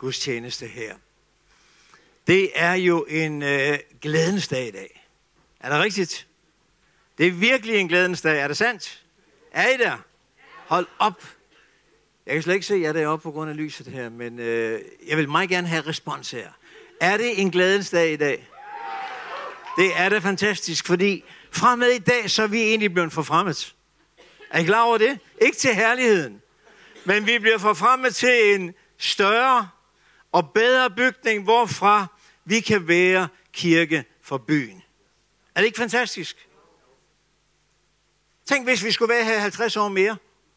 gudstjeneste her. Det er jo en glædens dag i dag. Er det rigtigt? Det er virkelig en glædens dag. Er det sandt? Er I der? Hold op. Jeg kan slet ikke se jer deroppe på grund af lyset her, men jeg vil meget gerne have respons her. Er det en glædens dag i dag? Det er det fantastisk, fordi fra med i dag, så er vi egentlig blevet forfremmet. Er I klar over det? Ikke til herligheden, men vi bliver forfremmet til en større og bedre bygning, hvorfra vi kan være kirke for byen. Er det ikke fantastisk? Tænk, hvis vi skulle være her 50 år mere.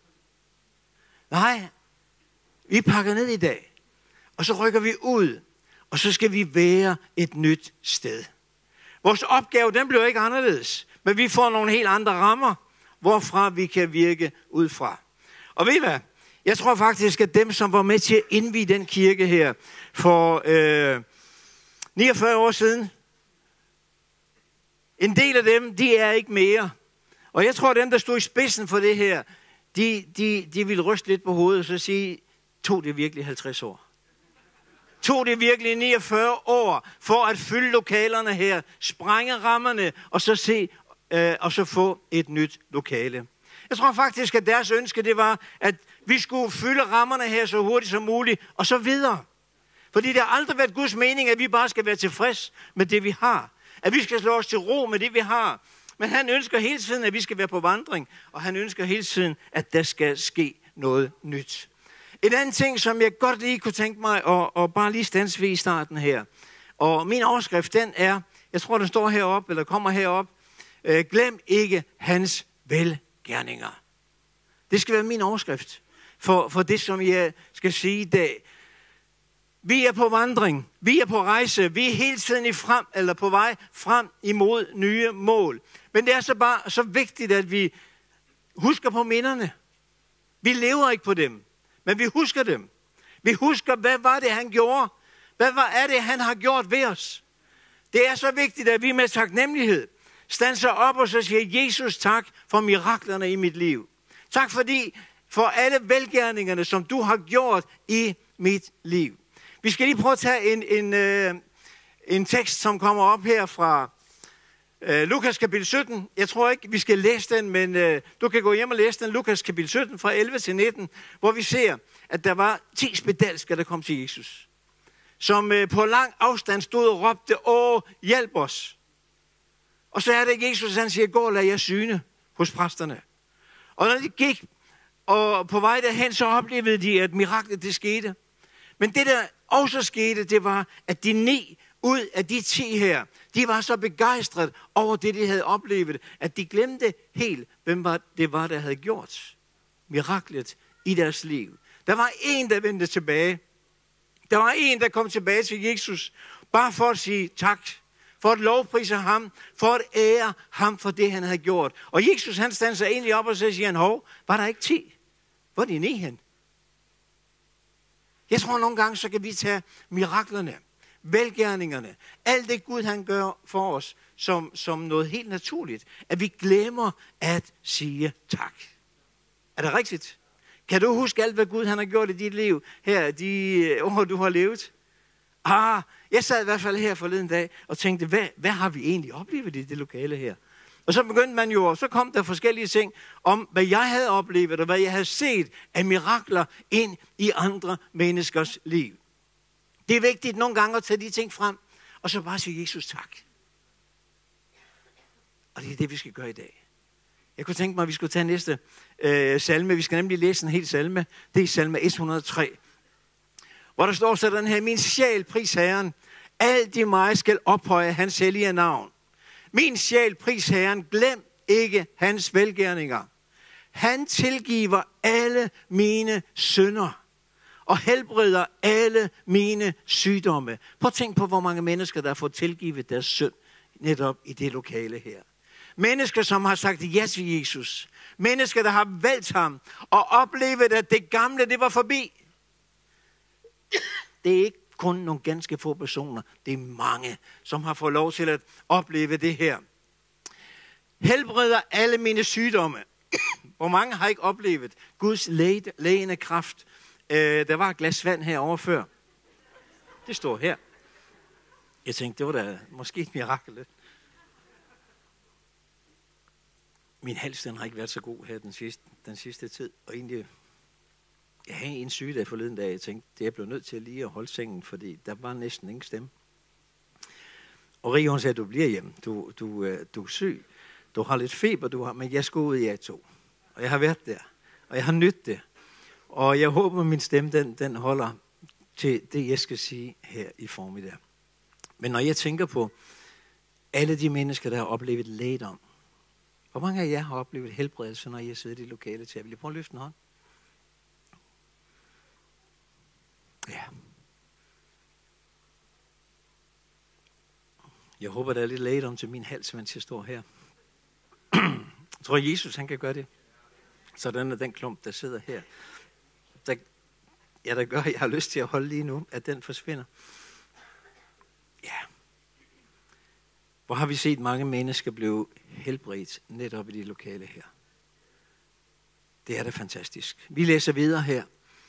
Nej, vi pakker ned i dag, og så rykker vi ud, og så skal vi være et nyt sted. Vores opgave, den bliver ikke anderledes, men vi får nogle helt andre rammer, hvorfra vi kan virke ud fra. Og ved I hvad? Jeg tror faktisk, at dem, som var med til at indvie den kirke her for 49 år siden, en del af dem, de er ikke mere. Og jeg tror, at dem, der stod i spidsen for det her, de ville ryste lidt på hovedet og så sige, tog det virkelig 50 år? Tog det virkelig 49 år for at fylde lokalerne her, sprænge rammerne og så få et nyt lokale? Jeg tror faktisk, at deres ønske det var, at vi skulle fylde rammerne her så hurtigt som muligt og så videre. Fordi det har aldrig været Guds mening, at vi bare skal være tilfreds med det, vi har. At vi skal slå os til ro med det, vi har. Men han ønsker hele tiden, at vi skal være på vandring, og han ønsker hele tiden, at der skal ske noget nyt. En anden ting, som jeg godt lige kunne tænke mig at bare lige stands ved i starten her. Og min overskrift, den er, jeg tror, den står heroppe, eller kommer herop. Glem ikke hans velgerninger. Det skal være min overskrift for det, som jeg skal sige i dag. Vi er på vandring, vi er på rejse, vi er hele tiden på vej frem imod nye mål. Men det er så bare så vigtigt, at vi husker på minderne. Vi lever ikke på dem, men vi husker dem. Vi husker, hvad var det, han gjorde? Hvad er det, han har gjort ved os? Det er så vigtigt, at vi med taknemmelighed standser op og så siger, Jesus, tak for miraklerne i mit liv. Tak for alle velgerningerne, som du har gjort i mit liv. Vi skal lige prøve at tage en tekst, som kommer op her fra Lukas kapitel 17. Jeg tror ikke, vi skal læse den, men du kan gå hjem og læse den. Lukas kapitel 17 fra 11 til 19, hvor vi ser, at der var 10 spedalske, der kom til Jesus. Som på lang afstand stod og råbte, hjælp os. Og så er det Jesus, han siger, gå og lad jer syne hos præsterne. Og når de gik og på vej derhen, så oplevede de, at miraklet det skete. Men det der også skete, det var, at de 9 ud af de 10 her, de var så begejstrede over det, de havde oplevet, at de glemte helt, hvem det var, der havde gjort miraklet i deres liv. Der var en, der vendte tilbage. Der var en, der kom tilbage til Jesus, bare for at sige tak, for at lovprise ham, for at ære ham for det, han havde gjort. Og Jesus, han standser egentlig op og så siger han, hov, var der ikke 10? Hvor er de 9 hen? Jeg tror nogle gange, så kan vi tage miraklerne, velgerningerne, alt det Gud han gør for os, som noget helt naturligt. At vi glemmer at sige tak. Er det rigtigt? Kan du huske alt, hvad Gud han har gjort i dit liv her, de år du har levet? Jeg sad i hvert fald her forleden dag og tænkte, hvad har vi egentlig oplevet i det lokale her? Og så begyndte man jo, og så kom der forskellige ting om, hvad jeg havde oplevet, og hvad jeg havde set af mirakler ind i andre menneskers liv. Det er vigtigt nogle gange at tage de ting frem, og så bare sige Jesus tak. Og det er det, vi skal gøre i dag. Jeg kunne tænke mig, at vi skulle tage næste salme. Vi skal nemlig læse en hel salme. Det er salme 103. Hvor der står sådan her, min sjæl pris Herren, alt i mig skal ophøje hans hellige navn. Min sjæl pris Herren, glem ikke hans velgerninger. Han tilgiver alle mine synder og helbreder alle mine sygdomme. Prøv at tænk på, hvor mange mennesker, der har fået tilgivet deres synd netop i det lokale her. Mennesker, som har sagt ja til Jesus. Mennesker, der har valgt ham og oplevet, at det gamle, det var forbi. Det er ikke kun nogle ganske få personer. Det er mange, som har fået lov til at opleve det her. Helbreder alle mine sygdomme. Hvor mange har ikke oplevet Guds lægende kraft? Der var et glas vand herovre før. Det står her. Jeg tænkte, det var da måske et mirakel. Min hals, den har ikke været så god her den sidste tid. Og egentlig, jeg havde en sygedag forleden dag. Jeg tænkte, det er jeg blevet nødt til lige at holde sengen, fordi der var næsten ingen stemme. Og Rion sagde, du bliver hjemme. Du er syg. Du har lidt feber, men jeg skal ud i A2. Og jeg har været der. Og jeg har nydt det. Og jeg håber, at min stemme, den holder til det, jeg skal sige her i formiddag. Men når jeg tænker på alle de mennesker, der har oplevet lægedom, hvor mange af jer har oplevet helbredelse, når I sidder i lokale til? Vil I prøve at løfte en hånd? Ja. Jeg håber, der er lidt lægedom til min hals, mens jeg står her. Jeg tror, Jesus han kan gøre det. Sådan er den klump, der sidder her. Der gør, at jeg har lyst til at holde lige nu, at den forsvinder. Ja. Hvor har vi set mange mennesker blive helbredt netop i de lokale her. Det er da fantastisk. Vi læser videre her.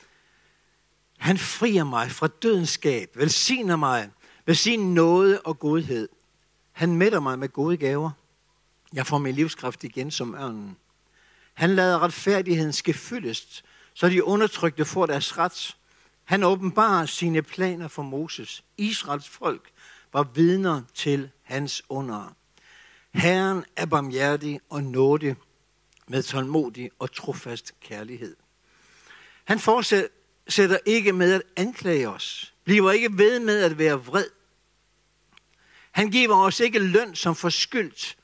Han frier mig fra dødens skab, velsigner mig ved sin nåde og godhed. Han mætter mig med gode gaver. Jeg får min livskraft igen som ørnen. Han lader retfærdigheden ske fyldest, så de undertrykte får deres ret. Han åbenbarer sine planer for Moses. Israels folk var vidner til hans under. Herren er barmhjertig og nådig med tålmodig og trofast kærlighed. Han fortsætter ikke med at anklage os. Bliver ikke ved med at være vred. Han giver os ikke løn som forskyldt.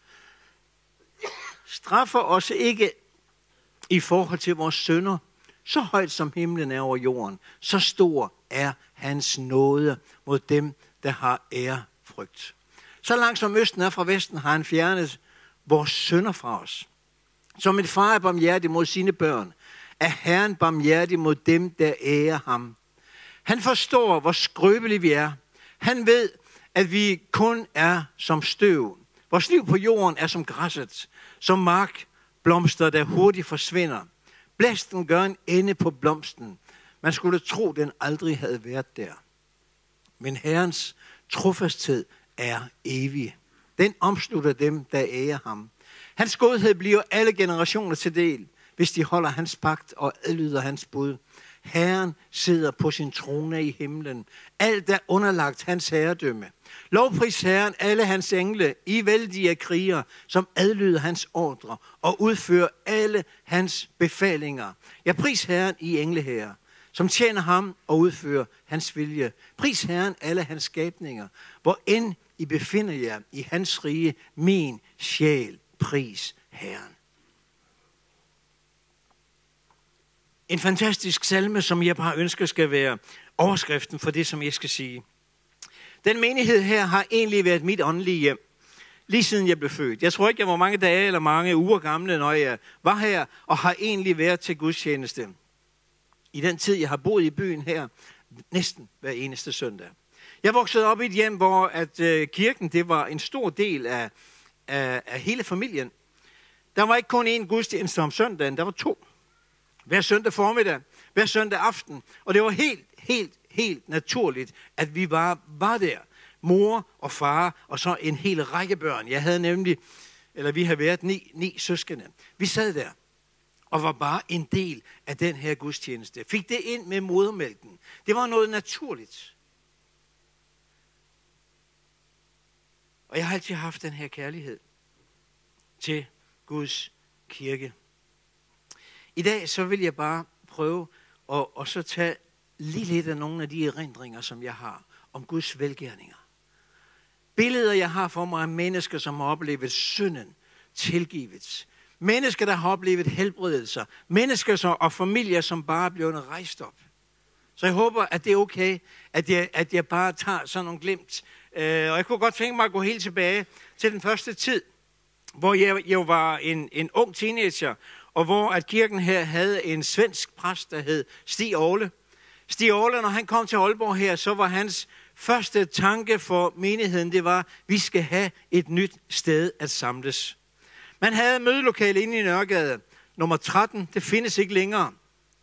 Straffer os ikke i forhold til vores synder. Så højt som himlen er over jorden, så stor er hans nåde mod dem, der har ærefrygt. Så langt som østen er fra vesten, har han fjernet vores synder fra os. Som en far er barmhjertig mod sine børn, er Herren barmhjertig mod dem, der ærer ham. Han forstår, hvor skrøbelige vi er. Han ved, at vi kun er som støv. Vores liv på jorden er som græsset, som markblomster, der hurtigt forsvinder. Blæsten gør en ende på blomsten. Man skulle tro, den aldrig havde været der. Men Herrens trofasthed er evig. Den omslutter dem, der ærer ham. Hans godhed bliver alle generationer til del, hvis de holder hans pagt og adlyder hans bud. Herren sidder på sin trone i himlen. Alt er underlagt hans herredømme. Lovpris Herren, alle hans engle, I vældige krigere, som adlyder hans ordre og udfører alle hans befalinger. Jeg pris Herren i engleherrer, som tjener ham og udfører hans vilje. Pris Herren alle hans skabninger, hvor end I befinder jer i hans rige, min sjæl, pris Herren. En fantastisk salme, som jeg bare ønsker skal være overskriften for det, som jeg skal sige. Den menighed her har egentlig været mit åndelige hjem, lige siden jeg blev født. Jeg tror ikke, jeg var mange dage eller mange uger gamle, når jeg var her, og har egentlig været til gudstjeneste. I den tid, jeg har boet i byen her, næsten hver eneste søndag. Jeg voksede op i et hjem, hvor at kirken det var en stor del af hele familien. Der var ikke kun én gudstjeneste om søndagen, der var 2. Hver søndag formiddag, hver søndag aften. Og det var helt naturligt, at vi var der. Mor og far, og så en hel række børn. Vi har været 9 søskende. Vi sad der, og var bare en del af den her gudstjeneste. Fik det ind med modermælken. Det var noget naturligt. Og jeg har altid haft den her kærlighed til Guds kirke. I dag så vil jeg bare prøve at så tage lige lidt af nogle af de erindringer, som jeg har om Guds velgerninger. Billeder, jeg har for mig af mennesker, som har oplevet synden tilgivet. Mennesker, der har oplevet helbredelser. Mennesker og familier, som bare er blevet rejst op. Så jeg håber, at det er okay, at jeg bare tager sådan nogle glimt. Og jeg kunne godt tænke mig at gå helt tilbage til den første tid, hvor jeg var en ung teenager, og hvor at kirken her havde en svensk præst, der hed Stig Orle. Stig Orle, når han kom til Aalborg her, så var hans første tanke for menigheden, det var, vi skal have et nyt sted at samles. Man havde mødelokale inde i Nørregade, nummer 13, det findes ikke længere.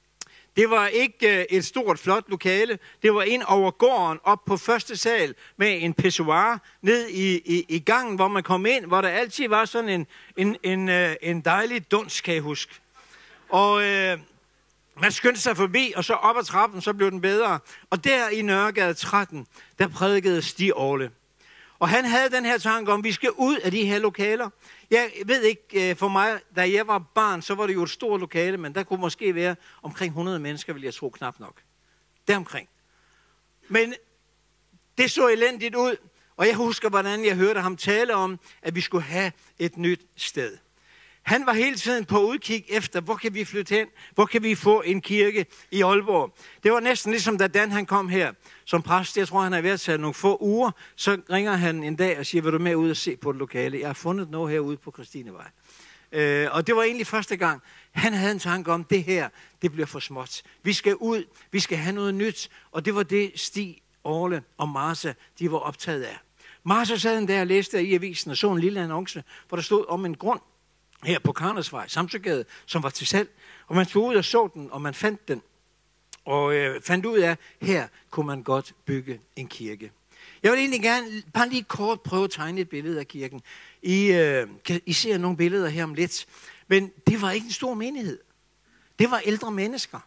Det var ikke et stort, flot lokale. Det var ind over gården, op på første sal, med en pissoir, ned i gangen, hvor man kom ind, hvor der altid var sådan en dejlig duns, kan jeg huske. Og man skyndte sig forbi, og så op ad trappen, så blev den bedre. Og der i Nørregade 13, der prædikede Stig Orle. Og han havde den her tanke om, at vi skal ud af de her lokaler. Jeg ved ikke, for mig, da jeg var barn, så var det jo et stort lokale, men der kunne måske være omkring 100 mennesker, vil jeg tro, knap nok. Deromkring. Men det så elendigt ud, og jeg husker, hvordan jeg hørte ham tale om, at vi skulle have et nyt sted. Han var hele tiden på udkig efter, hvor kan vi flytte hen? Hvor kan vi få en kirke i Aalborg? Det var næsten ligesom, da Dan han kom her som præst. Jeg tror, han har været til nogle få uger. Så ringer han en dag og siger, vil du med ud og se på et lokale? Jeg har fundet noget herude på Christinevej. Og det var egentlig første gang, han havde en tanke om, det her, det bliver for småt. Vi skal ud, vi skal have noget nyt. Og det var det, Stig, Orle og Martha, de var optaget af. Martha sad en dag og læste i avisen og så en lille annonce, hvor der stod om en grund, her på Karnersvej, Samsøgade, som var til salg. Og man tog ud og så den, og man fandt den. Og fandt ud af, her kunne man godt bygge en kirke. Jeg vil egentlig gerne bare lige kort prøve at tegne et billede af kirken. I ser nogle billeder her om lidt. Men det var ikke en stor menighed. Det var ældre mennesker.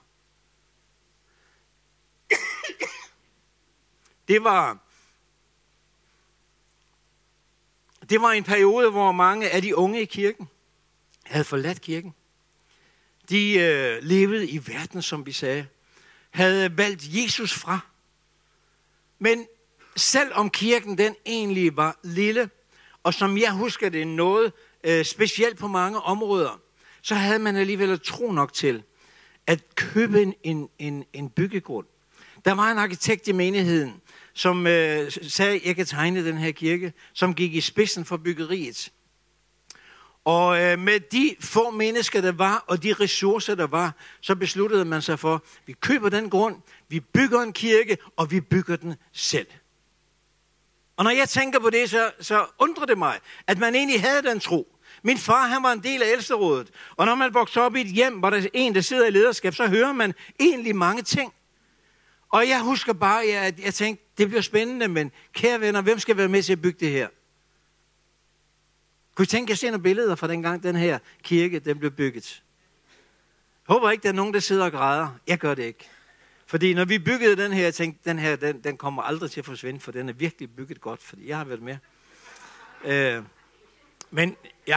Det var en periode, hvor mange af de unge i kirken havde forladt kirken. De levede i verden, som vi sagde. Havde valgt Jesus fra. Men selvom kirken den egentlig var lille, og som jeg husker det noget specielt på mange områder, så havde man alligevel tro nok til at købe en byggegrund. Der var en arkitekt i menigheden, som sagde, jeg kan tegne den her kirke, som gik i spidsen for byggeriet. Og med de få mennesker, der var, og de ressourcer, der var, så besluttede man sig for, vi køber den grund, vi bygger en kirke, og vi bygger den selv. Og når jeg tænker på det, så undrer det mig, at man egentlig havde den tro. Min far, han var en del af ældsterådet, og når man vokser op i et hjem, hvor der er en, der sidder i lederskab, så hører man egentlig mange ting. Og jeg husker bare, at jeg tænkte, det bliver spændende, men kære venner, hvem skal være med til at bygge det her? Kunne I tænke, at jeg ser nogle billeder fra dengang, den her kirke, den blev bygget? Jeg håber ikke, der er nogen, der sidder og græder. Jeg gør det ikke. Fordi når vi byggede den her, jeg tænkte, den kommer aldrig til at forsvinde, for den er virkelig bygget godt, fordi jeg har været med. Men jeg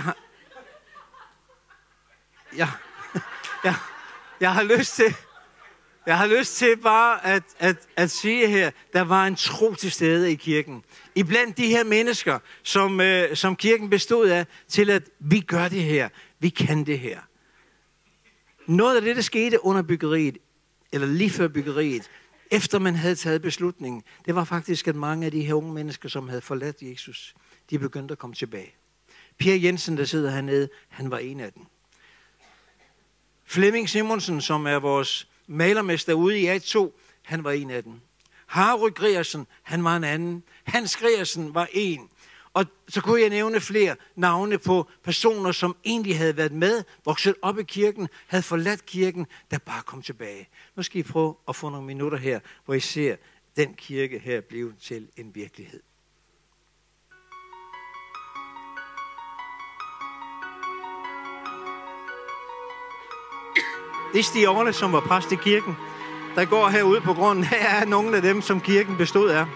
har lyst til bare at sige her, der var en tro til stede i kirken. Iblandt de her mennesker, som kirken bestod af, til at vi gør det her, vi kan det her. Noget af det, der skete under byggeriet, eller lige før byggeriet, efter man havde taget beslutningen, det var faktisk, at mange af de her unge mennesker, som havde forladt Jesus, de begyndte at komme tilbage. Per Jensen, der sidder hernede, han var en af dem. Flemming Simonsen, som er vores malermester ude i A2, han var en af dem. Harry Greersen, han var en anden. Hans Greersen var en. Og så kunne jeg nævne flere navne på personer, som egentlig havde været med, vokset op i kirken, havde forladt kirken, der bare kom tilbage. Nu skal I prøve at få nogle minutter her, hvor I ser den kirke her blive til en virkelighed. Det er Stig Orle, som var præst i kirken, der går herude på grunden. Her er nogle af dem, som kirken bestod af.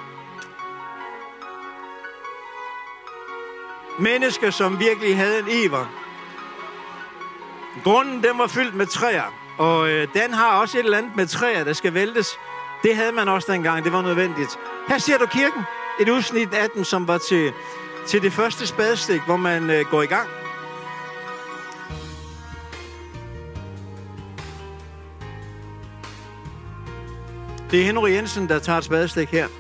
Mennesker, som virkelig havde en iver. Grunden, den var fyldt med træer, og den har også et eller andet med træer, der skal væltes. Det havde man også dengang, det var nødvendigt. Her ser du kirken, et udsnit af den, som var til det første spadestik, hvor man går i gang. Det er Henry Jensen, der tager et spadestik her.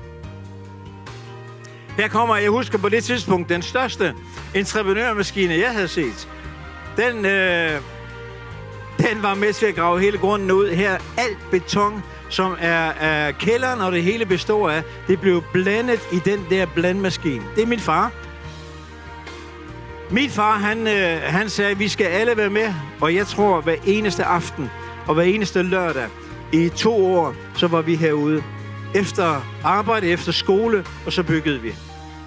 Her kommer, jeg husker på det tidspunkt, den største entreprenørmaskine, jeg havde set. Den var med til at grave hele grunden ud. Her alt beton, som er kælderen, og det hele består af, det blev blandet i den der blandmaskine. Det er min far. Min far, han sagde, vi skal alle være med, og jeg tror, hver eneste aften Og hver eneste lørdag i 2 år, så var vi herude. Efter arbejde, efter skole, og så byggede vi.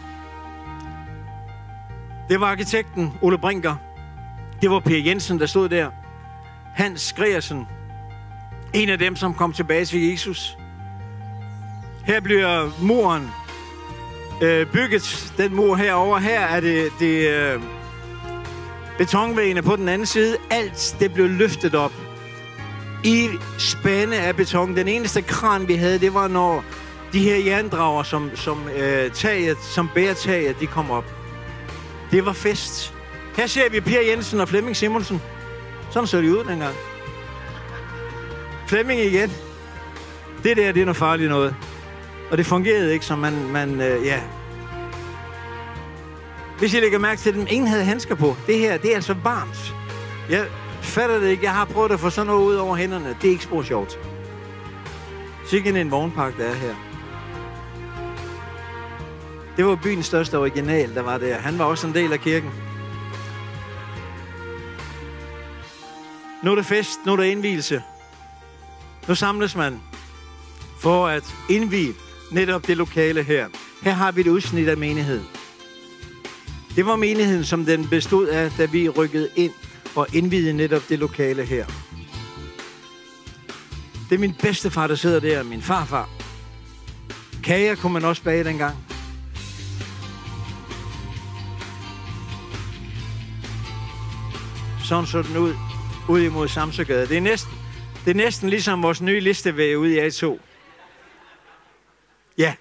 Det var arkitekten Ole Brinker. Det var Per Jensen, der stod der. Hans Gregersen. En af dem, som kom tilbage til Jesus. Her bliver muren bygget. Den mur herovre. Her er det betonvæggene på den anden side. Alt det blev løftet op i spande af beton. Den eneste kran, vi havde, det var, når de her jerndrager, som bærer taget, de kom op. Det var fest. Her ser vi Per Jensen og Flemming Simonsen. Sådan så de ud dengang. Flemming igen. Det er noget farligt noget. Og det fungerede ikke, som ja. Hvis I lægger mærke til dem, ingen havde handsker på. Det her, det er altså varmt. Jeg fatter det ikke. Jeg har prøvet at få sådan noget ud over hænderne. Det er ikke spor sjovt. Sikken en vognpark, der er her. Det var byens største original, der var der. Han var også en del af kirken. Nu er det fest, nu er der indvielse. Nu samles man for at indvie netop det lokale her. Her har vi et udsnit af menigheden. Det var menigheden, som den bestod af, da vi rykkede ind og indviede netop det lokale her. Det er min bedstefar, der sidder der, min farfar. Kager kunne man også bage dengang. Sådan så den ud imod Samsøgade. Det er næsten ligesom vores nye listevæg ude i A2. Ja.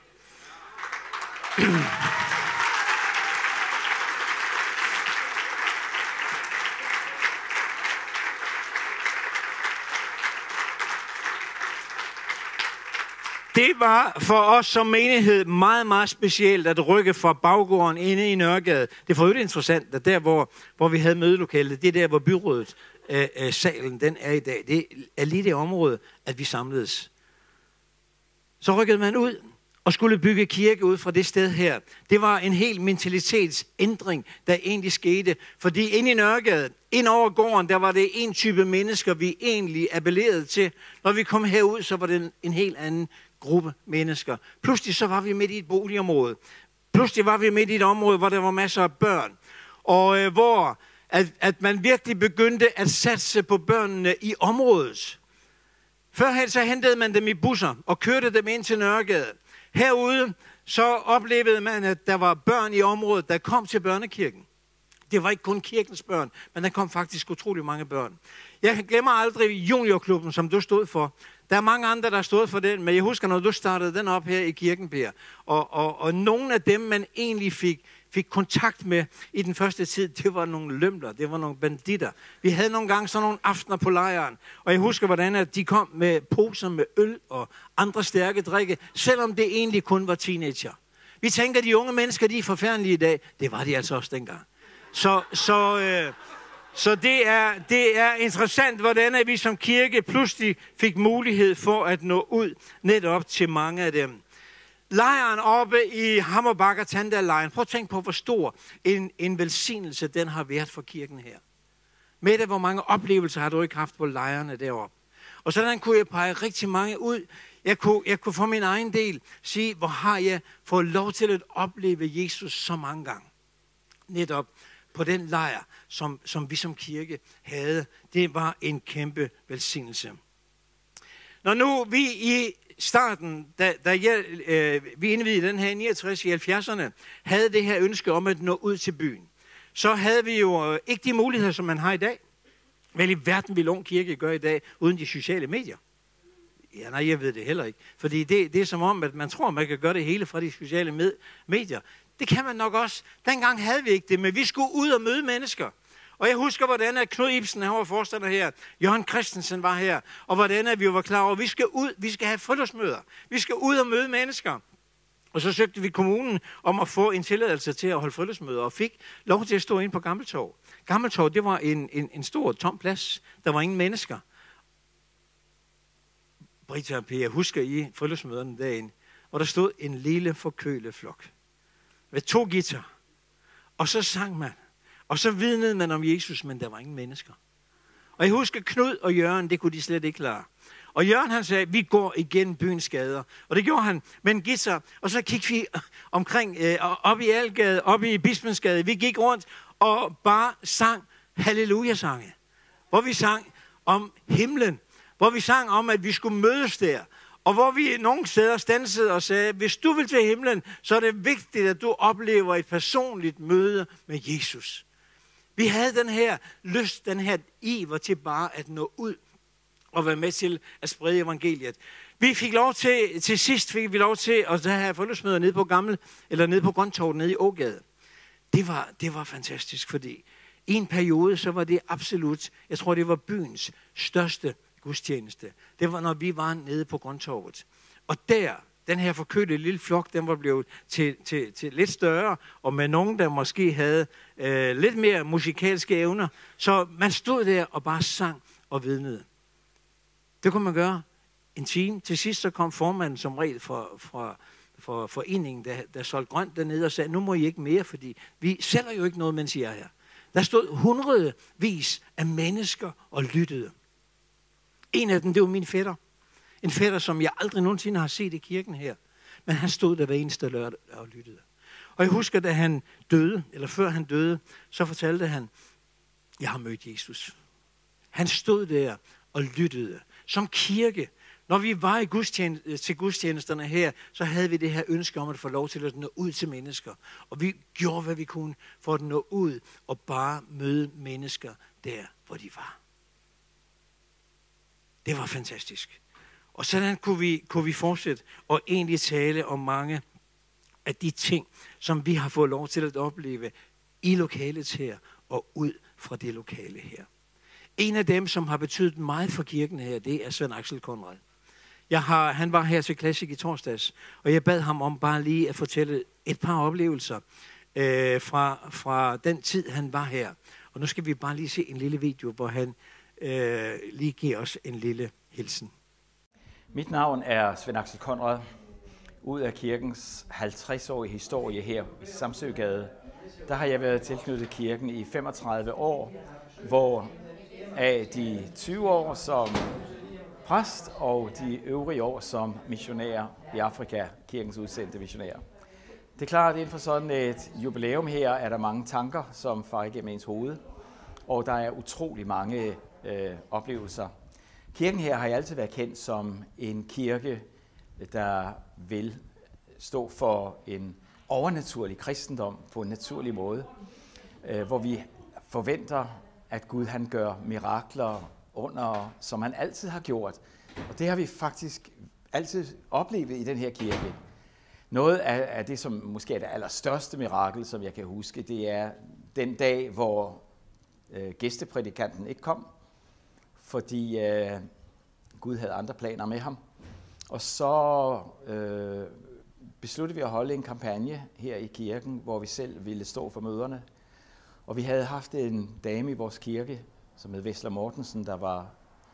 Det var for os som menighed meget, meget specielt at rykke fra baggården inde i Nørregade. Det er for øvrigt interessant, at der, hvor vi havde mødelokalet, det er der, hvor byrådet, salen, den er i dag. Det er lige det område, at vi samledes. Så rykkede man ud og skulle bygge kirke ud fra det sted her. Det var en hel mentalitetsændring, der egentlig skete. Fordi inde i Nørregade, ind over gården, der var det en type mennesker, vi egentlig appellerede til. Når vi kom herud, så var det en helt anden gruppe mennesker. Pludselig så var vi midt i et boligområde. Pludselig var vi midt i et område, hvor der var masser af børn. Og hvor at man virkelig begyndte at satse på børnene i området. Førhen så hentede man dem i busser og kørte dem ind til Nørregade. Herude så oplevede man, at der var børn i området, der kom til børnekirken. Det var ikke kun kirkens børn, men der kom faktisk utrolig mange børn. Jeg glemmer aldrig juniorklubben, som du stod for. Der er mange andre, der har stået for den, men jeg husker, når du startede den op her i kirken, Per. Og nogle af dem, man egentlig fik kontakt med i den første tid, det var nogle lømler, det var nogle banditter. Vi havde nogle gange sådan nogle aftener på lejren, og jeg husker, hvordan at de kom med poser med øl og andre stærke drikke, selvom det egentlig kun var teenager. Vi tænker, at de unge mennesker, de er forfærdelige i dag. Det var de altså også dengang. Så det er interessant, hvordan vi som kirke pludselig fik mulighed for at nå ud netop til mange af dem. Lejren oppe i Hammerbakker Tandal-lejren. Prøv at tænke på, hvor stor en velsignelse den har været for kirken her. Med det, hvor mange oplevelser har du ikke haft på lejrene deroppe. Og sådan kunne jeg pege rigtig mange ud. Jeg kunne for min egen del sige, hvor har jeg fået lov til at opleve Jesus så mange gange. Netop på den lejr, som vi som kirke havde. Det var en kæmpe velsignelse. Når nu vi i starten, da vi indvidede den her 69 i 70'erne, havde det her ønske om at nå ud til byen, så havde vi jo ikke de muligheder, som man har i dag. Vel i verden vil ung kirke gøre i dag, uden de sociale medier. Ja, nej, jeg ved det heller ikke. Fordi det er som om, at man tror, man kan gøre det hele fra de sociale medier. Det kan man nok også. Dengang havde vi ikke det, men vi skulle ud og møde mennesker. Og jeg husker, hvordan at Knud Ibsen, han var forstander her, Jørgen Christensen var her, og hvordan at vi var klar over, at vi skal have friluftsmøder. Vi skal ud og møde mennesker. Og så søgte vi kommunen om at få en tilladelse til at holde friluftsmøder, og fik lov til at stå inde på Gammeltorv. Gammeltorv, det var en stor tom plads. Der var ingen mennesker. Britta og Per, husker I friluftsmøderne derinde, hvor der stod en lille forkølet flok med 2 guitar. Og så sang man. Og så vidnede man om Jesus, men der var ingen mennesker. Og jeg husker Knud og Jørgen, det kunne de slet ikke klare. Og Jørgen han sagde, vi går igennem byens gader. Og det gjorde han med en guitar. Og så gik vi omkring, op i Algade, op i Bispensgade. Vi gik rundt og bare sang halleluja-sange. Hvor vi sang om himlen. Hvor vi sang om, at vi skulle mødes der. Og hvor vi nogle steder standsede og sagde, hvis du vil til himlen, så er det vigtigt, at du oplever et personligt møde med Jesus. Vi havde den her lyst, den her iver til bare at nå ud og være med til at sprede evangeliet. Vi fik lov til sidst fik vi lov til at have fællesmøder nede på Grøntorvet nede i Ågade. Det var fantastisk, fordi i en periode, så var det absolut, jeg tror det var byens største gudstjeneste. Det var, når vi var nede på Grøntorvet. Og der, den her forkølede lille flok, den var blevet til lidt større, og med nogen, der måske havde lidt mere musikalske evner. Så man stod der og bare sang og vidnede. Det kunne man gøre en time. Til sidst så kom formanden som regel for foreningen, der solgte grønt dernede og sagde, nu må I ikke mere, fordi vi sælger jo ikke noget, mens I er her. Der stod hundredvis af mennesker og lyttede. En af dem, det var min fætter. En fætter, som jeg aldrig nogensinde har set i kirken her. Men han stod der hver eneste lørdag og lyttede. Og jeg husker, da han døde, eller før han døde, så fortalte han, jeg har mødt Jesus. Han stod der og lyttede. Som kirke, når vi var til gudstjenesterne her, så havde vi det her ønske om at få lov til at nå ud til mennesker. Og vi gjorde, hvad vi kunne for at nå ud og bare møde mennesker der, hvor de var. Det var fantastisk. Og sådan kunne vi fortsætte og egentlig tale om mange af de ting, som vi har fået lov til at opleve i lokalet her og ud fra det lokale her. En af dem, som har betydet meget for kirken her, det er Svend Axel Conrad. Han var her til Classic i torsdags, og jeg bad ham om bare lige at fortælle et par oplevelser fra den tid, han var her. Og nu skal vi bare lige se en lille video, hvor han lige giver os en lille hilsen. Mit navn er Svend Axel Conrad. Ud af kirkens 50-årige historie her i Samsøgade, der har jeg været tilknyttet kirken i 35 år, hvor af de 20 år som præst og de øvrige år som missionær i Afrika, kirkens udsendte missionær. Det er klart, at inden for sådan et jubilæum her er der mange tanker, som farer igennem ens hoved, og der er utrolig mange oplevelser. Kirken her har altid været kendt som en kirke, der vil stå for en overnaturlig kristendom på en naturlig måde, hvor vi forventer, at Gud han gør mirakler under, som han altid har gjort. Og det har vi faktisk altid oplevet i den her kirke. Noget af det, som måske er det allerstørste mirakel, som jeg kan huske, det er den dag, hvor gæsteprædikanten ikke kom, fordi Gud havde andre planer med ham. Og så besluttede vi at holde en kampagne her i kirken, hvor vi selv ville stå for møderne. Og vi havde haft en dame i vores kirke, som hed Vesler Mortensen, der var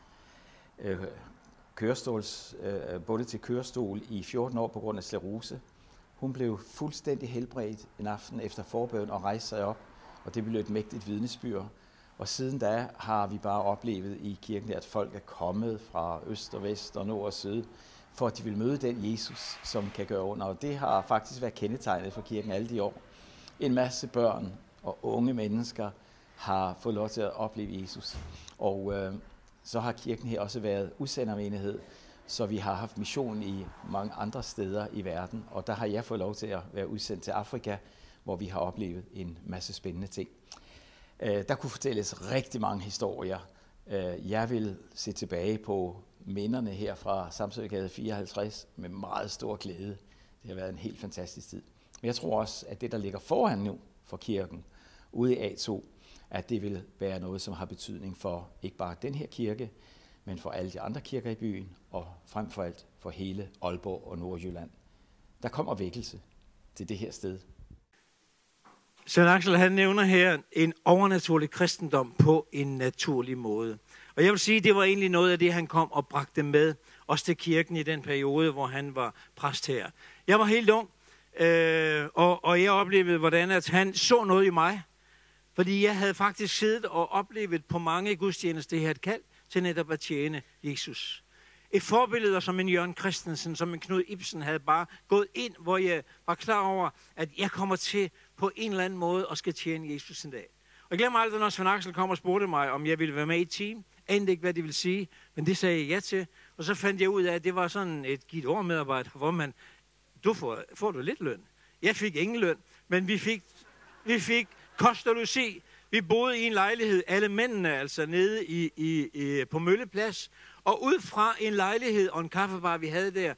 bundet til kørestol i 14 år på grund af sklerose. Hun blev fuldstændig helbredt en aften efter forbøn og rejste sig op, og det blev et mægtigt vidnesbyrd. Og siden da har vi bare oplevet i kirken, at folk er kommet fra øst og vest og nord og syd, for at de vil møde den Jesus, som kan gøre under. Og det har faktisk været kendetegnet for kirken alle de år. En masse børn og unge mennesker har fået lov til at opleve Jesus. Og så har kirken her også været udsendermenighed, så vi har haft mission i mange andre steder i verden. Og der har jeg fået lov til at være udsendt til Afrika, hvor vi har oplevet en masse spændende ting. Der kunne fortælles rigtig mange historier. Jeg vil se tilbage på minderne her fra Samsøgade 54 med meget stor glæde. Det har været en helt fantastisk tid. Men jeg tror også, at det, der ligger foran nu for kirken, ude i A2, at det vil være noget, som har betydning for ikke bare den her kirke, men for alle de andre kirker i byen, og frem for alt for hele Aalborg og Nordjylland. Der kommer vækkelse til det her sted. Svend Axel, han nævner her en overnaturlig kristendom på en naturlig måde. Og jeg vil sige, det var egentlig noget af det, han kom og bragte med, også til kirken i den periode, hvor han var præst her. Jeg var helt ung, og jeg oplevede, hvordan at han så noget i mig, Fordi jeg havde faktisk siddet og oplevet på mange gudstjenester, det her et kald til netop at tjene Jesus. Et forbillede som en Jørgen Christensen, som en Knud Ibsen havde bare gået ind, hvor jeg var klar over, at jeg kommer til på en eller anden måde og skal tjene Jesus en dag. Og jeg glemmer aldrig, når Svend Axel kom og spurgte mig, om jeg ville være med i et team. Anede ikke, hvad det ville sige, men det sagde jeg ja til. Og så fandt jeg ud af, at det var sådan et givet årmedarbejder, hvor man, får du lidt løn. Jeg fik ingen løn, men vi fik kost og logi. Vi boede i en lejlighed, alle mændene altså nede på Mølleplads. Og ud fra en lejlighed og en kaffebar, vi havde der,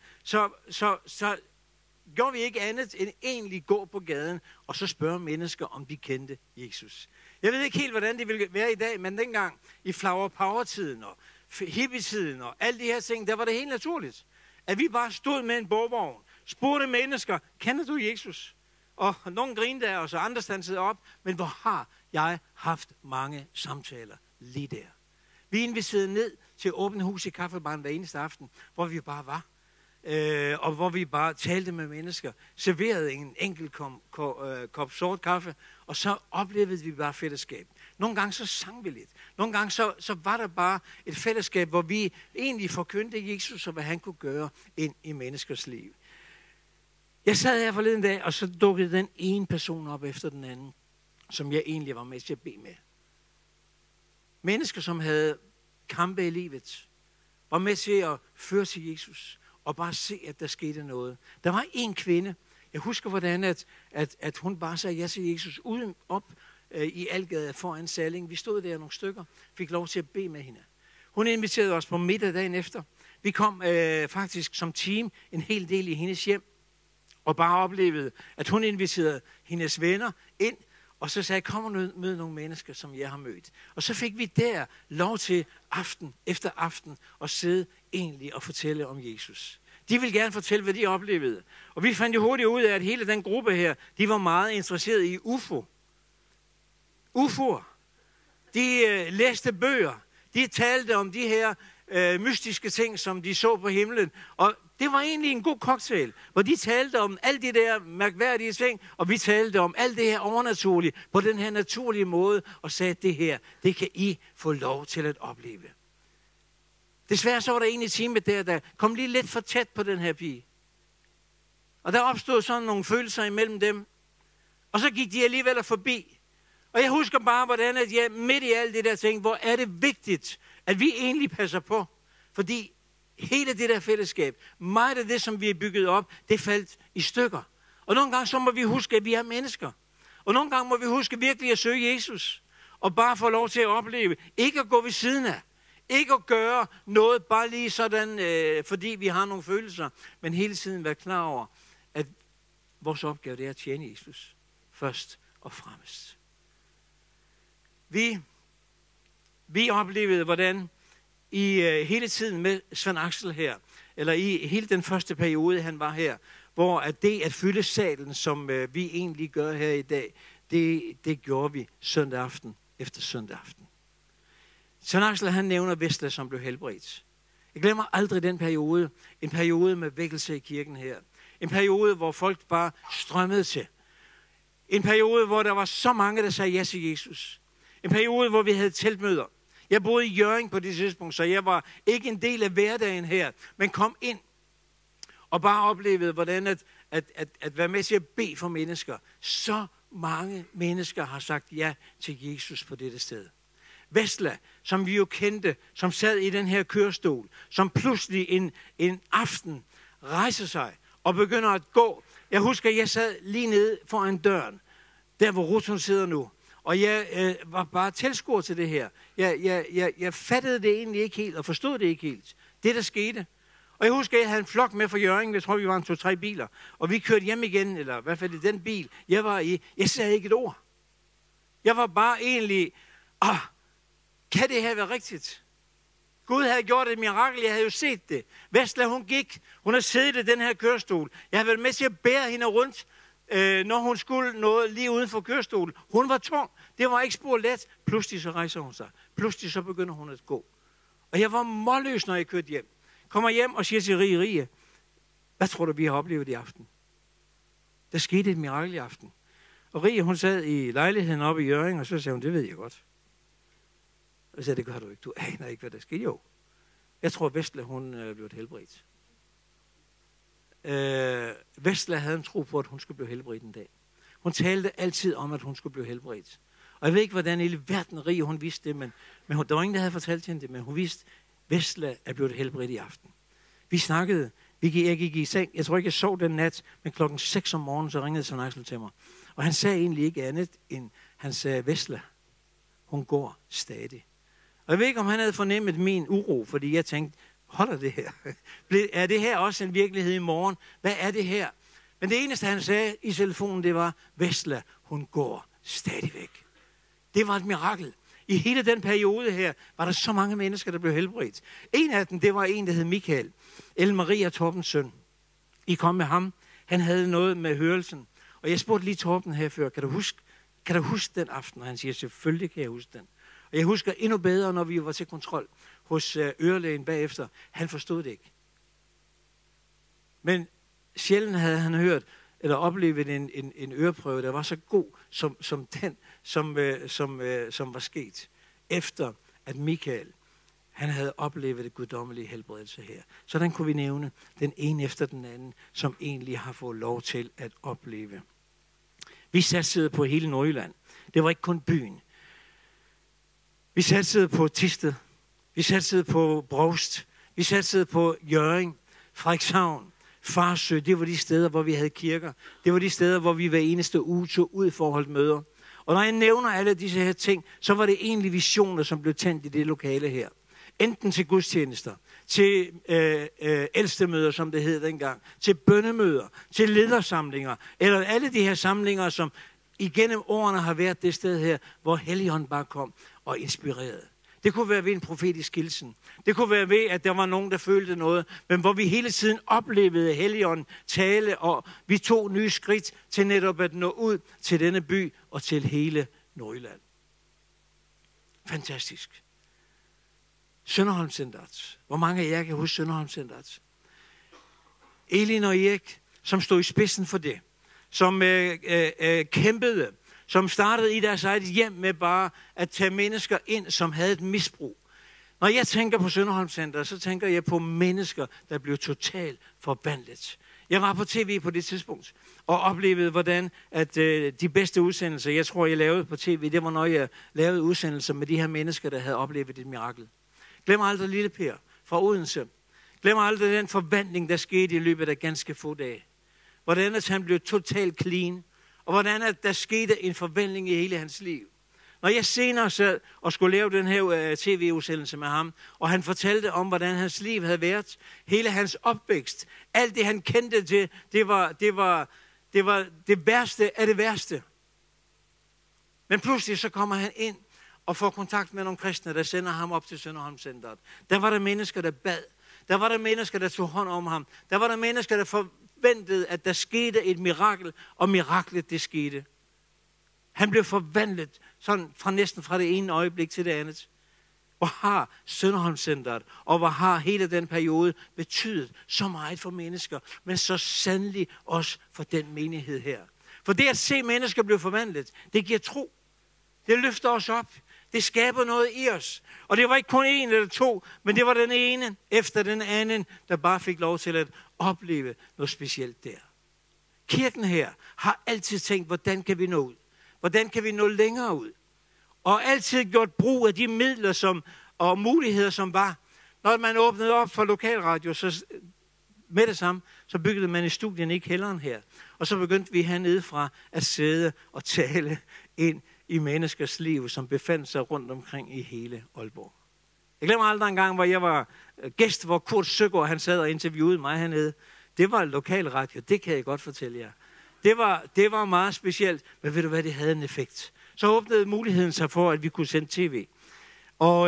så gjorde vi ikke andet end egentlig gå på gaden og så spørge mennesker, om de kendte Jesus. Jeg ved ikke helt, hvordan det ville være i dag, men dengang i Flower Power-tiden og hippie-tiden og alle de her ting, der var det helt naturligt, at vi bare stod med en bogvogn, spurgte mennesker, kender du Jesus? Og nogen grinede af os, og andre standsede op, men hvor har jeg haft mange samtaler lige der. Vi inviterede ned til åbent hus i kaffebaren hver eneste aften, hvor vi bare var. Og hvor vi bare talte med mennesker, serverede en enkelt kop sort kaffe, og så oplevede vi bare fællesskab. Nogle gange så sang vi lidt. Nogle gange så var der bare et fællesskab, hvor vi egentlig forkyndte Jesus og hvad han kunne gøre ind i menneskers liv. Jeg sad her forleden dag, og så dukkede den ene person op efter den anden, som jeg egentlig var med til at bede med. Mennesker, som havde kampe i livet, var med til at føre til Jesus, og bare se, at der skete noget. Der var en kvinde, jeg husker hvordan, at hun bare sagde ja til Jesus, uden op i Algade foran Salling. Vi stod der nogle stykker, fik lov til at bede med hende. Hun inviterede os på middag dagen efter. Vi kom faktisk som team en hel del i hendes hjem, og bare oplevede, at hun inviterede hendes venner ind, og så sagde, kom og mød nogle mennesker, som jeg har mødt. Og så fik vi der lov til aften efter aften at sidde egentlig og fortælle om Jesus. De ville gerne fortælle, hvad de oplevede. Og vi fandt jo hurtigt ud af, at hele den gruppe her, de var meget interesserede i UFO. UFO'er. De læste bøger. De talte om de her mystiske ting, som de så på himlen. Og det var egentlig en god cocktail, hvor de talte om alle de der mærkværdige ting, og vi talte om alt det her overnaturlige på den her naturlige måde, og sagde, at det her, det kan I få lov til at opleve. Desværre så var der en i teamet der kom lige lidt for tæt på den her pige. Og der opstod sådan nogle følelser imellem dem, og så gik de alligevel forbi. Og jeg husker bare, hvordan at jeg midt i alt det der ting, hvor er det vigtigt, at vi egentlig passer på, fordi hele det der fællesskab, meget af det, som vi er bygget op, det faldt i stykker. Og nogle gange så må vi huske, at vi er mennesker. Og nogle gange må vi huske virkelig at søge Jesus. Og bare få lov til at opleve. Ikke at gå ved siden af. Ikke at gøre noget bare lige sådan, fordi vi har nogle følelser. Men hele tiden være klar over, at vores opgave det er at tjene Jesus. Først og fremmest. Vi oplevede, hvordan i hele tiden med Svend Axel her, eller i hele den første periode, han var her, hvor det at fylde salen, som vi egentlig gør her i dag, det gjorde vi søndag aften efter søndag aften. Svend Axel, han nævner Vestla, som blev helbredt. Jeg glemmer aldrig den periode, en periode med vækkelse i kirken her. En periode, hvor folk bare strømmede til. En periode, hvor der var så mange, der sagde ja til Jesus. En periode, hvor vi havde teltmøder. Jeg boede i Hjørring på det tidspunkt, så jeg var ikke en del af hverdagen her, men kom ind og bare oplevede, hvordan at være med til at bede for mennesker. Så mange mennesker har sagt ja til Jesus på dette sted. Vestla, som vi jo kendte, som sad i den her kørestol, som pludselig en aften rejser sig og begynder at gå. Jeg husker, at jeg sad lige nede foran døren, der hvor Ruth sidder nu. Og jeg var bare tilskuer til det her. Jeg fattede det egentlig ikke helt, og forstod det ikke helt. Det, der skete. Og jeg husker, at jeg havde en flok med fra Hjørring. Jeg tror, vi var 2-3 biler. Og vi kørte hjem igen, eller i hvert fald i den bil, jeg var i. Jeg sagde ikke et ord. Jeg var bare egentlig, kan det her være rigtigt? Gud havde gjort et mirakel, jeg havde jo set det. Vestla, hun gik. Hun har siddet i den her kørestol. Jeg har været med til at bære hende rundt, når hun skulle noget lige uden for kørestolen. Hun var tung. Det var ikke spor let. Pludselig så rejser hun sig. Pludselig så begynder hun at gå. Og jeg var målløs, når jeg kørte hjem. Kommer hjem og siger til Rie, hvad tror du, vi har oplevet i aften? Der skete et mirakel i aften. Og Rie, hun sad i lejligheden oppe i Hjørring, og så sagde hun, det ved jeg godt. Og så sagde, det gør du ikke. Du aner ikke, hvad der sker. Jo. Jeg tror, Vestla, hun blev helbredt. Vestla havde en tro på, at hun skulle blive helbredt en dag. Hun talte altid om, at hun skulle blive helbredt. Og jeg ved ikke, hvordan hele verden Rie, hun vidste det, men der var ingen, der havde fortalt hende det, men hun vidste, Vestla er blevet helbredt i aften. Vi snakkede, jeg gik i seng, jeg tror ikke, jeg sov den nat, men 6:00 om morgenen, så ringede Søren Axel til mig. Og han sagde egentlig ikke andet, end han sagde, Vestla, hun går stadig. Og jeg ved ikke, om han havde fornemmet min uro, fordi jeg tænkte, holder det her? Er det her også en virkelighed i morgen? Hvad er det her? Men det eneste, han sagde i telefonen, det var, Vestla, hun går stadigvæk. Det var et mirakel. I hele den periode her, var der så mange mennesker, der blev helbredt. En af dem, det var en, der hed Michael. Ellen Maria Torbens søn. I kom med ham. Han havde noget med hørelsen. Og jeg spurgte lige Torben her før, kan du huske den aften? Og han siger, selvfølgelig kan jeg huske den. Og jeg husker endnu bedre, når vi var til kontrol hos ørelægen bagefter. Han forstod det ikke. Men sjældent havde han hørt eller oplevet en øreprøve, der var så god som den, som var sket. Efter at Michael, han havde oplevet det guddommelige helbredelse her. Sådan kunne vi nævne den ene efter den anden, som egentlig har fået lov til at opleve. Vi satsede på hele Nordjylland. Det var ikke kun byen. Vi satsede på Thisted. Vi satsede på Brovst. Vi satsede på Hjørring, Frederikshavn, Farsø. Det var de steder, hvor vi havde kirker. Det var de steder, hvor vi hver eneste uge tog ud for at holde møder. Og når jeg nævner alle disse her ting, så var det egentlig visioner, som blev tændt i det lokale her. Enten til gudstjenester, til ældste-møder, som det hed dengang, til bønnemøder, til ledersamlinger, eller alle de her samlinger, som igennem årene har været det sted her, hvor Helligånden bare kom og inspirerede. Det kunne være ved en profetisk hilsen. Det kunne være ved, at der var nogen, der følte noget, men hvor vi hele tiden oplevede Helligånden tale, og vi tog nye skridt til netop at nå ud til denne by og til hele Nordjylland. Fantastisk. Sønderholm Centret. Hvor mange af jer kan huske Sønderholm Centret? Elin og Erik, som stod i spidsen for det, som kæmpede, som startede i deres eget hjem med bare at tage mennesker ind, som havde et misbrug. Når jeg tænker på Sønderholm Centret, så tænker jeg på mennesker, der blev totalt forbandet. Jeg var på tv på det tidspunkt, og oplevede, hvordan at de bedste udsendelser, jeg tror, jeg lavede på tv, det var, når jeg lavede udsendelser med de her mennesker, der havde oplevet et mirakel. Glem aldrig Lille Per fra Odense. Glem aldrig den forvandling, der skete i løbet af ganske få dage. Hvordan at han blev totalt clean, og hvordan at der skete en forvandling i hele hans liv. Når jeg senere sad og skulle lave den her tv-udsendelse med ham, og han fortalte om, hvordan hans liv havde været, hele hans opvækst, alt det han kendte til, det var det værste af det værste. Men pludselig så kommer han ind og får kontakt med nogle kristne, der sender ham op til Sønderholm Centret. Der var der mennesker, der bad. Der var der mennesker, der tog hånd om ham. Der var der mennesker, der forventede, at der skete et mirakel, og miraklet det skete. Han blev forvandlet sådan næsten fra det ene øjeblik til det andet. Hvor har Sønderholm Centret, og hvor har hele den periode betydet så meget for mennesker, men så sandelig også for den menighed her. For det at se mennesker blive forvandlet, det giver tro. Det løfter os op. Det skaber noget i os. Og det var ikke kun en eller to, men det var den ene efter den anden, der bare fik lov til at opleve noget specielt der. Kirken her har altid tænkt, hvordan kan vi nå ud? Hvordan kan vi nå længere ud? Og altid gjort brug af de midler og muligheder, som var. Når man åbnede op for lokalradio, så med det samme, så byggede man i studien ikke hellere her. Og så begyndte vi hernede fra at sidde og tale ind i menneskers liv, som befandt sig rundt omkring i hele Aalborg. Jeg glemmer aldrig en gang, hvor jeg var gæst, hvor Kurt Søgaard, han sad og interviewede mig hernede. Det var lokalradio, det kan jeg godt fortælle jer. Det var meget specielt, men ved du hvad, det havde en effekt. Så åbnede muligheden sig for, at vi kunne sende tv. Og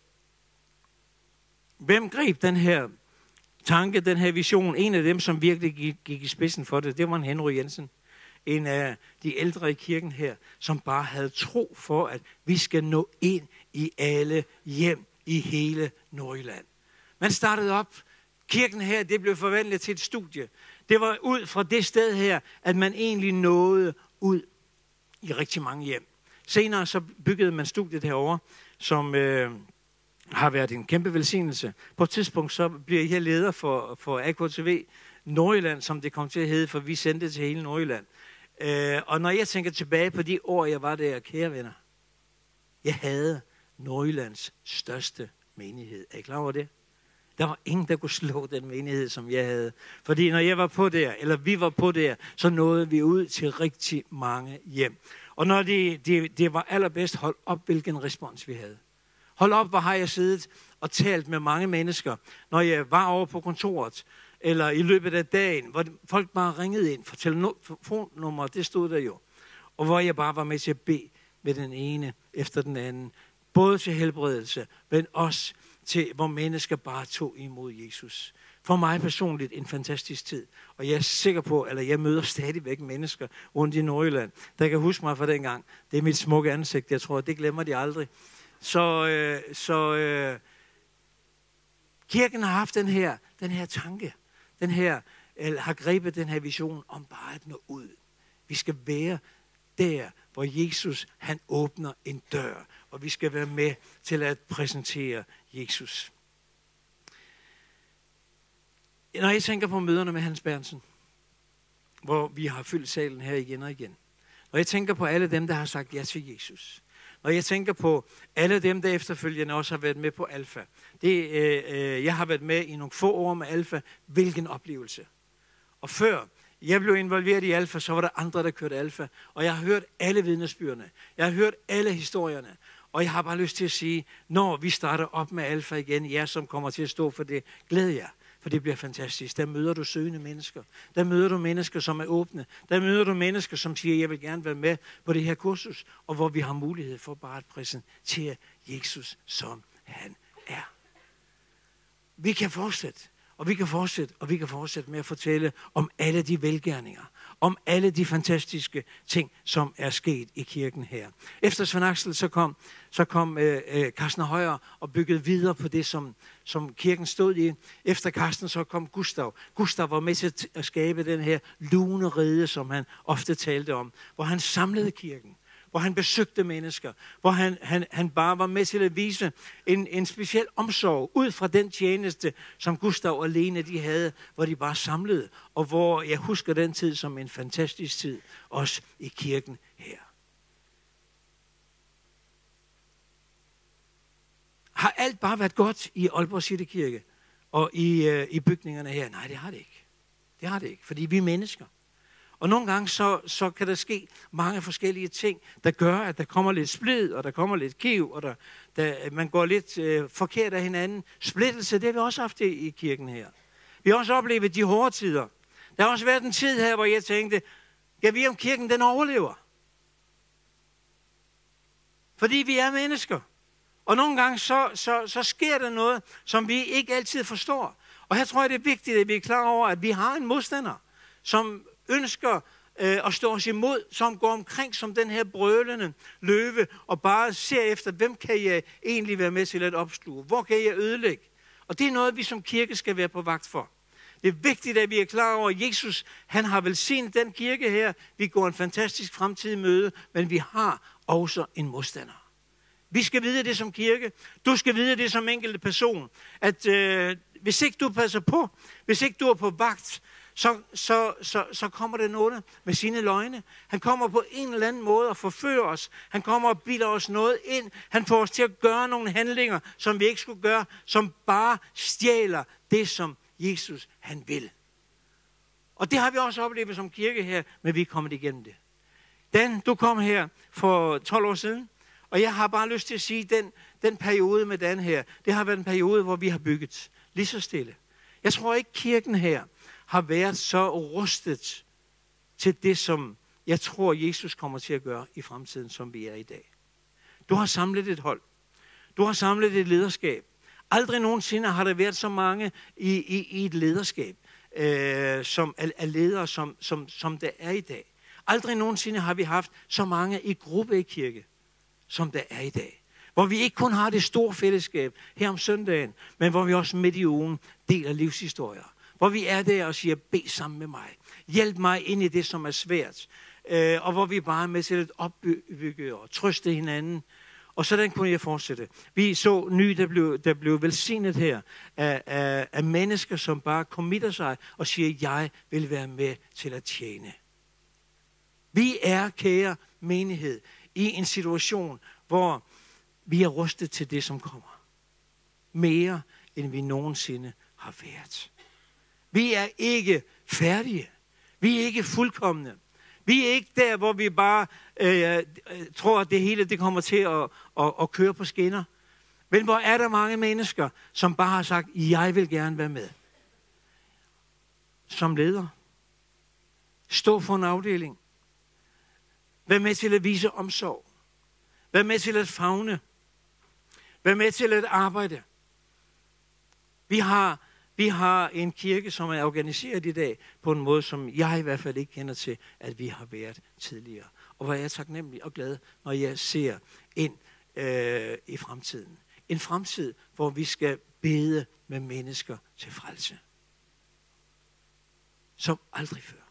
hvem greb den her tanke, den her vision? En af dem, som virkelig gik i spidsen for det, det var en Henry Jensen. En af de ældre i kirken her, som bare havde tro for, at vi skal nå ind i alle hjem i hele Nordjylland. Man startede op. Kirken her, det blev forvandlet til et studie. Det var ud fra det sted her, at man egentlig nåede ud. i rigtig mange hjem. Senere så byggede man studiet herovre, som har været en kæmpe velsignelse. På et tidspunkt så bliver jeg leder for AKTV Nordjylland, som det kom til at hedde, for vi sendte det til hele Nordjylland. Og når jeg tænker tilbage på de år, jeg var der, kære venner, jeg havde Nordjyllands største menighed. Er I klar over det? Der var ingen, der kunne slå den menighed, som jeg havde. Fordi når jeg var på der, eller vi var på der, så nåede vi ud til rigtig mange hjem. Og når det var allerbedst, hold op, hvilken respons vi havde. Hold op, hvor har jeg siddet og talt med mange mennesker, når jeg var over på kontoret, eller i løbet af dagen, hvor folk bare ringede ind, for telefonnummer, det stod der jo. Og hvor jeg bare var med til at bede med den ene efter den anden. Både til helbredelse, men også til, hvor mennesker bare tog imod Jesus. For mig personligt en fantastisk tid. Og jeg er sikker på, eller jeg møder stadigvæk mennesker rundt i Nordjylland, der kan huske mig fra dengang. Det er mit smukke ansigt, jeg tror, det glemmer de aldrig. Så kirken har haft den her tanke, har grebet den her vision om bare at nå ud. Vi skal være der, hvor Jesus han åbner en dør, og vi skal være med til at præsentere Jesus. Når jeg tænker på møderne med Hans Berntsen, hvor vi har fyldt salen her igen og igen. Når jeg tænker på alle dem, der har sagt ja til Jesus. Når jeg tænker på alle dem, der efterfølgende også har været med på Alfa. Jeg har været med i nogle få år med Alfa. Hvilken oplevelse. Og før jeg blev involveret i Alfa, så var der andre, der kørte Alfa. Og jeg har hørt alle vidnesbyrdene. Jeg har hørt alle historierne. Og jeg har bare lyst til at sige, når vi starter op med Alfa igen, jer som kommer til at stå for det, glæd jer. For det bliver fantastisk. Der møder du søgende mennesker. Der møder du mennesker, som er åbne. Der møder du mennesker, som siger, jeg vil gerne være med på det her kursus. Og hvor vi har mulighed for bare at præsentere Jesus, som han er. Vi kan fortsætte. Og vi kan fortsætte, og vi kan fortsætte med at fortælle om alle de velgerninger. Om alle de fantastiske ting, som er sket i kirken her. Efter Svend Axel, så kom Carsten Højer og byggede videre på det, som kirken stod i. Efter Carsten, så kom Gustav. Gustav var med til at skabe den her lune ride, som han ofte talte om. Hvor han samlede kirken. Hvor han besøgte mennesker, hvor han bare var med til at vise en speciel omsorg ud fra den tjeneste, som Gustav og Lene de havde, hvor de bare samlede, og hvor jeg husker den tid som en fantastisk tid, også i kirken her. Har alt bare været godt i Aalborg City Kirke og i bygningerne her? Nej, det har det ikke. Det har det ikke, fordi vi er mennesker. Og nogle gange så kan der ske mange forskellige ting, der gør, at der kommer lidt splid, og der kommer lidt kiv, og man går lidt forkert af hinanden. Splittelse, det har vi også haft i kirken her. Vi har også oplevet de hårde tider. Der har også været en tid her, hvor jeg tænkte, ja, vi om kirken, den overlever. Fordi vi er mennesker. Og nogle gange så sker der noget, som vi ikke altid forstår. Og her tror jeg, det er vigtigt, at vi er klar over, at vi har en modstander, som ønsker at stå os imod, som går omkring som den her brølende løve, og bare ser efter, hvem kan jeg egentlig være med til at opsluge? Hvor kan jeg ødelægge? Og det er noget, vi som kirke skal være på vagt for. Det er vigtigt, at vi er klar over, at Jesus, han har velsignet den kirke her. Vi går en fantastisk fremtid i møde, men vi har også en modstander. Vi skal vide det som kirke. Du skal vide det som enkelte person. At hvis ikke du passer på, hvis ikke du er på vagt, så kommer den onde med sine løgne. Han kommer på en eller anden måde og forfører os. Han kommer og bilder os noget ind. Han får os til at gøre nogle handlinger, som vi ikke skulle gøre, som bare stjæler det, som Jesus han vil. Og det har vi også oplevet som kirke her, men vi er kommet igennem det. Dan, du kom her for 12 år siden, og jeg har bare lyst til at sige, den periode med Dan her, det har været en periode, hvor vi har bygget lige så stille. Jeg tror ikke, kirken her har været så rustet til det, som jeg tror, Jesus kommer til at gøre i fremtiden, som vi er i dag. Du har samlet et hold. Du har samlet et lederskab. Aldrig nogensinde har der været så mange i et lederskab, som er ledere, som der er i dag. Aldrig nogensinde har vi haft så mange i gruppe i kirke, som der er i dag. Hvor vi ikke kun har det store fællesskab her om søndagen, men hvor vi også midt i ugen deler livshistorier. Hvor vi er der og siger, bed sammen med mig. Hjælp mig ind i det, som er svært. og hvor vi bare er med til at opbygge og trøste hinanden. Og sådan kunne jeg fortsætte. Vi så der blev velsignet her af mennesker, som bare committer sig og siger, jeg vil være med til at tjene. Vi er, kære menighed, i en situation, hvor vi er rustet til det, som kommer. Mere, end vi nogensinde har været. Vi er ikke færdige. Vi er ikke fuldkomne. Vi er ikke der, hvor vi bare tror, at det hele det kommer til at køre på skinner. Men hvor er der mange mennesker, som bare har sagt, jeg vil gerne være med. Som leder. Stå for en afdeling. Vær med til at vise omsorg. Vær med til at favne. Vær med til at arbejde. Vi har en kirke, som er organiseret i dag på en måde, som jeg i hvert fald ikke kender til, at vi har været tidligere. Og hvor jeg er taknemmelig og glad, når jeg ser ind i fremtiden. En fremtid, hvor vi skal bede med mennesker til frelse. Som aldrig før.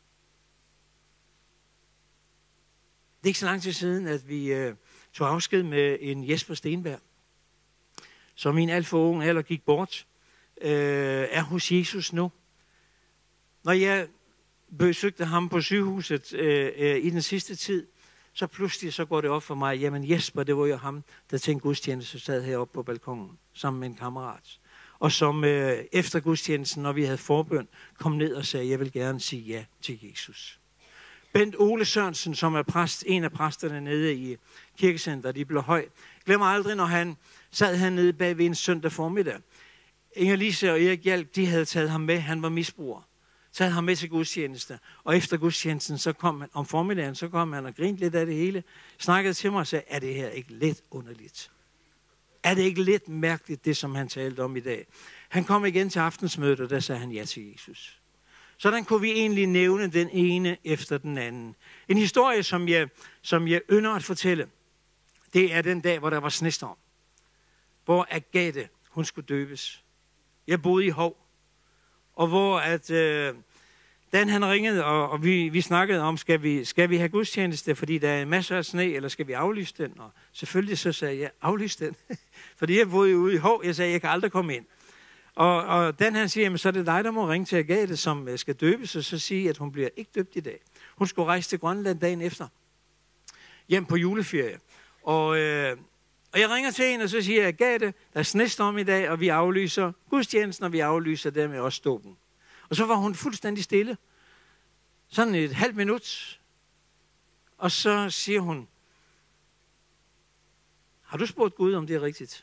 Det er ikke så lang tid siden, at vi tog afsked med en Jesper Stenberg, som i en alt for ung alder gik bort, er hos Jesus nu. Når jeg besøgte ham på sygehuset i den sidste tid, så pludselig så går det op for mig, jamen Jesper, det var jo ham, der til en gudstjeneste sad heroppe på balkongen, sammen med en kammerat. Og som efter gudstjenesten, når vi havde forbøn, kom ned og sagde, jeg vil gerne sige ja til Jesus. Bent Ole Sørensen, som er præst, en af præsterne nede i kirkecenteret i Blåhøj, glemmer aldrig, når han sad hernede bag ved en søndag formiddag. Inger-Lise og Erik Hjalp, de havde taget ham med, han var misbruger. Taget ham med til gudstjeneste. Og efter gudstjenesten, så kom han, om formiddagen, så kom han og grinte lidt af det hele. Snakkede til mig og sagde, er det her ikke lidt underligt? Er det ikke lidt mærkeligt, det som han talte om i dag? Han kom igen til aftensmødet, og der sagde han ja til Jesus. Sådan kunne vi egentlig nævne den ene efter den anden. En historie, som jeg ynder at fortælle, det er den dag, hvor der var snestorm. Hvor Agathe, hun skulle døbes. Jeg boede i Hov. Og hvor Dan han ringede, og vi snakkede om, skal vi have gudstjeneste, fordi der er masser af sne, eller skal vi aflyse den? Og selvfølgelig så sagde jeg, aflyse den. Fordi jeg boede ude i Hov, jeg sagde, jeg kan aldrig komme ind. Og Dan han siger, jamen, så er det dig, der må ringe til Agathe, som skal døbes, og så sige, at hun bliver ikke døbt i dag. Hun skulle rejse til Grønland dagen efter. Hjem på juleferie. Og jeg ringer til hende, og så siger jeg, Agathe, der er snestorm i dag, og vi aflyser gudstjenesten, og vi aflyser dermed også dåben. Og så var hun fuldstændig stille. Sådan et halvt minut. Og så siger hun, har du spurgt Gud, om det er rigtigt?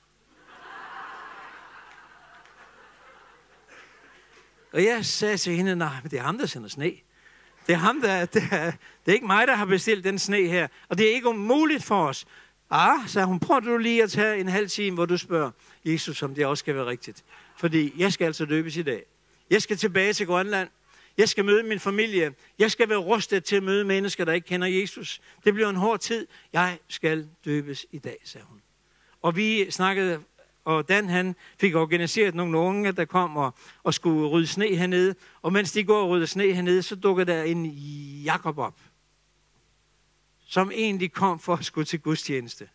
Og jeg sagde til hende, nej, men det er ham, der sender sne. Det er ham, det er ikke mig, der har bestilt den sne her. Og det er ikke umuligt for os. Sagde hun, prøv du lige at tage en halv time, hvor du spørger Jesus, om det også skal være rigtigt. Fordi jeg skal altså døbes i dag. Jeg skal tilbage til Grønland. Jeg skal møde min familie. Jeg skal være rustet til at møde mennesker, der ikke kender Jesus. Det bliver en hård tid. Jeg skal døbes i dag, sagde hun. Og vi snakkede, og Dan han fik organiseret nogle unge, der kom og skulle rydde sne hernede. Og mens de går og rydder sne hernede, så dukker der en Jakob op, som egentlig kom for at skulle til gudstjeneste.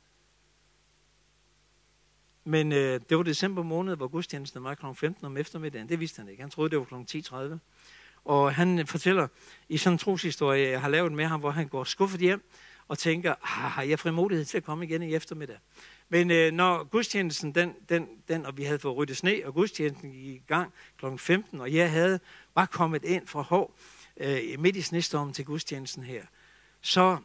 Men det var december måned, hvor gudstjenesten var kl. 15 om eftermiddagen. Det vidste han ikke. Han troede, det var kl. 10:30. Og han fortæller i sådan en troshistorie, jeg har lavet med ham, hvor han går skuffet hjem og tænker, har jeg frimodighed til at komme igen i eftermiddag? Men når gudstjenesten, den, og vi havde fået ryddet sne, og gudstjenesten gik i gang kl. 15, og jeg var kommet ind fra Hov midt i snestormen til gudstjenesten her, så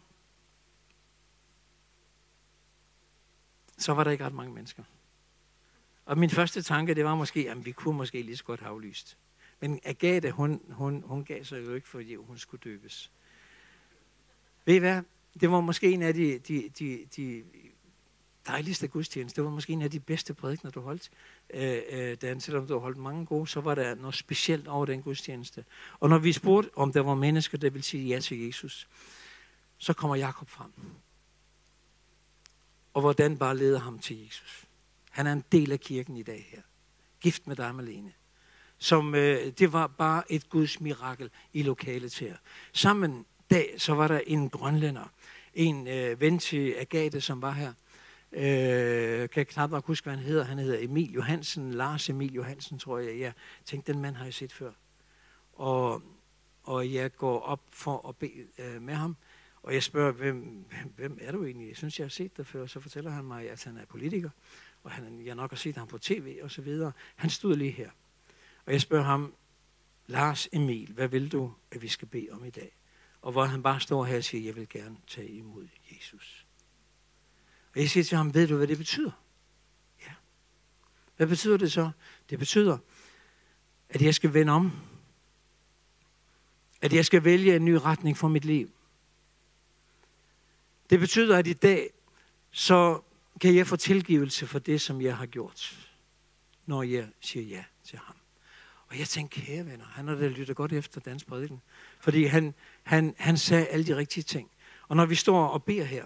var der ikke ret mange mennesker. Og min første tanke, det var måske, at vi kunne måske lige så godt have aflyst. Men Agathe, hun gav sig jo ikke, fordi hun skulle døbes. Ved I hvad? Det var måske en af de dejligste gudstjenester. Det var måske en af de bedste prædikener, du holdt. Selvom du har holdt mange gode, så var der noget specielt over den gudstjeneste. Og når vi spurgte, om der var mennesker, der ville sige ja til Jesus, så kommer Jakob frem. Og hvordan bare leder ham til Jesus. Han er en del af kirken i dag her. Gift med dig, Malene. Som det var bare et Guds mirakel i lokalet her. Sammen dag, så var der en grønlænder, en ven til Agathe, som var her. Kan jeg knap nok huske, hvad han hedder. Han hedder Emil Johansen, Lars Emil Johansen, tror jeg. Jeg tænkte, den mand har jeg set før. Og jeg går op for at bede med ham. Og jeg spørger, hvem er du egentlig? Jeg synes, jeg har set dig før. Så fortæller han mig, at han er politiker. Og jeg nok har set ham på tv og så videre. Han stod lige her. Og jeg spørger ham, Lars Emil, hvad vil du, at vi skal bede om i dag? Og hvor han bare står her og siger, jeg vil gerne tage imod Jesus. Og jeg siger til ham, ved du, hvad det betyder? Ja. Hvad betyder det så? Det betyder, at jeg skal vende om. At jeg skal vælge en ny retning for mit liv. Det betyder, at i dag, så kan jeg få tilgivelse for det, som jeg har gjort, når jeg siger ja til ham. Og jeg tænkte, kære venner, han har da lyttet godt efter Dans prædiken. Fordi han sagde alle de rigtige ting. Og når vi står og beder her,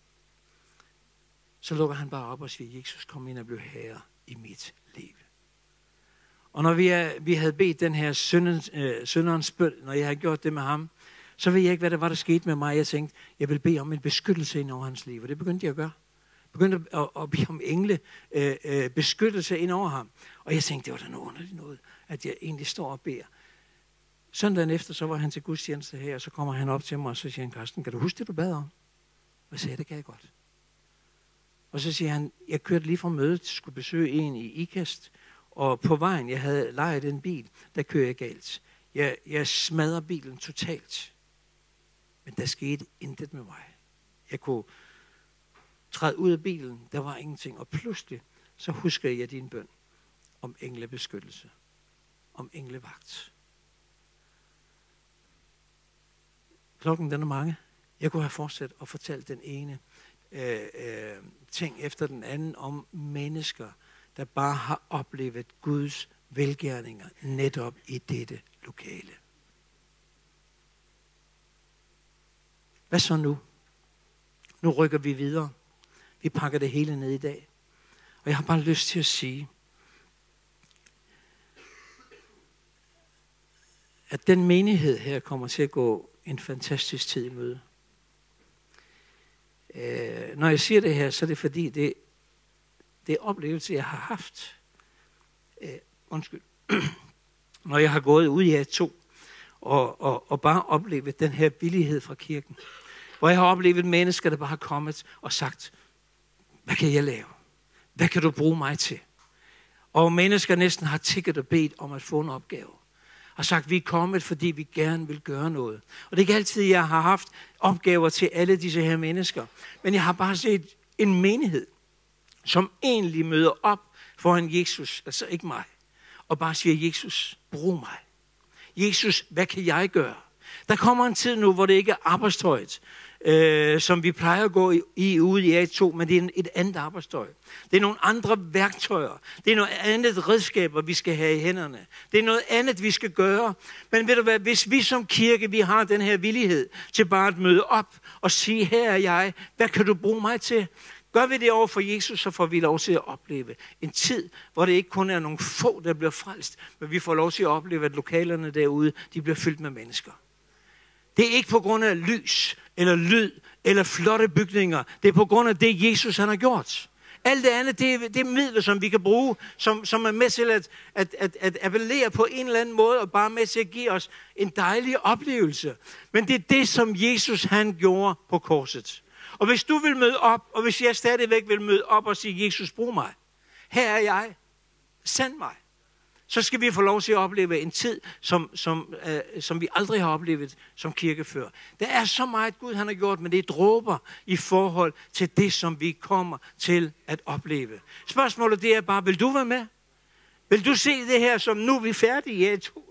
så lukker han bare op og siger, Jesus, kom ind og bliv herre i mit liv. Og når vi havde bedt den her synderens bøn, når jeg havde gjort det med ham, så ved jeg ikke, hvad det var, der skete med mig. Jeg tænkte, jeg vil bede om en beskyttelse ind over hans liv. Og det begyndte jeg at gøre. Jeg begyndte at bede om engle beskyttelse ind over ham. Og jeg tænkte, det var da noget underligt noget, at jeg egentlig står og beder. Søndagen efter, så var han til gudstjeneste her, og så kommer han op til mig, og så siger han, Karsten, kan du huske det, du bad om? Og jeg sagde, det kan jeg godt. Og så siger han, jeg kørte lige fra mødet, skulle besøge en i Ikast, og på vejen, jeg havde lejet en bil, der kører jeg galt. Jeg smadrer bilen totalt. Men der skete intet med mig. Jeg kunne træde ud af bilen, der var ingenting. Og pludselig, så husker jeg din bøn om englebeskyttelse, om englevagt. Klokken den er mange. Jeg kunne have fortsat og fortalt den ene ting efter den anden om mennesker, der bare har oplevet Guds velgerninger netop i dette lokale. Hvad så nu? Nu rykker vi videre. Vi pakker det hele ned i dag. Og jeg har bare lyst til at sige, at den menighed her kommer til at gå en fantastisk tid i møde. Når jeg siger det her, så er det fordi, det er oplevelse, jeg har haft. Når jeg har gået ud i A2, og bare oplevet den her villighed fra kirken. Hvor jeg har oplevet mennesker, der bare har kommet og sagt, hvad kan jeg lave? Hvad kan du bruge mig til? Og mennesker næsten har tikket og bedt om at få en opgave. Og sagt, vi er kommet, fordi vi gerne vil gøre noget. Og det er ikke altid, jeg har haft opgaver til alle disse her mennesker. Men jeg har bare set en menighed, som egentlig møder op foran Jesus, altså ikke mig. Og bare siger, Jesus, brug mig. Jesus, hvad kan jeg gøre? Der kommer en tid nu, hvor det ikke er arbejdstøjet, som vi plejer at gå i ude i A2, men det er et andet arbejdstøj. Det er nogle andre værktøjer. Det er noget andet redskaber, vi skal have i hænderne. Det er noget andet, vi skal gøre. Men ved du hvad, hvis vi som kirke, vi har den her villighed til bare at møde op og sige, her er jeg, hvad kan du bruge mig til? Gør vi det over for Jesus, så får vi lov til at opleve en tid, hvor det ikke kun er nogle få, der bliver frelst, men vi får lov til at opleve, at lokalerne derude, de bliver fyldt med mennesker. Det er ikke på grund af lys, eller lyd, eller flotte bygninger. Det er på grund af det, Jesus han har gjort. Alt det andet, det er midler, som vi kan bruge, som er med til at appellere på en eller anden måde, og bare med til at give os en dejlig oplevelse. Men det er det, som Jesus han gjorde på korset. Og hvis du vil møde op, og hvis jeg stadigvæk vil møde op og sige, Jesus, brug mig. Her er jeg. Send mig. Så skal vi få lov til at opleve en tid, som vi aldrig har oplevet som kirke før. Der er så meget Gud, han har gjort, men det er dråber i forhold til det, som vi kommer til at opleve. Spørgsmålet det er bare, vil du være med? Vil du se det her, som nu er vi færdige i A2?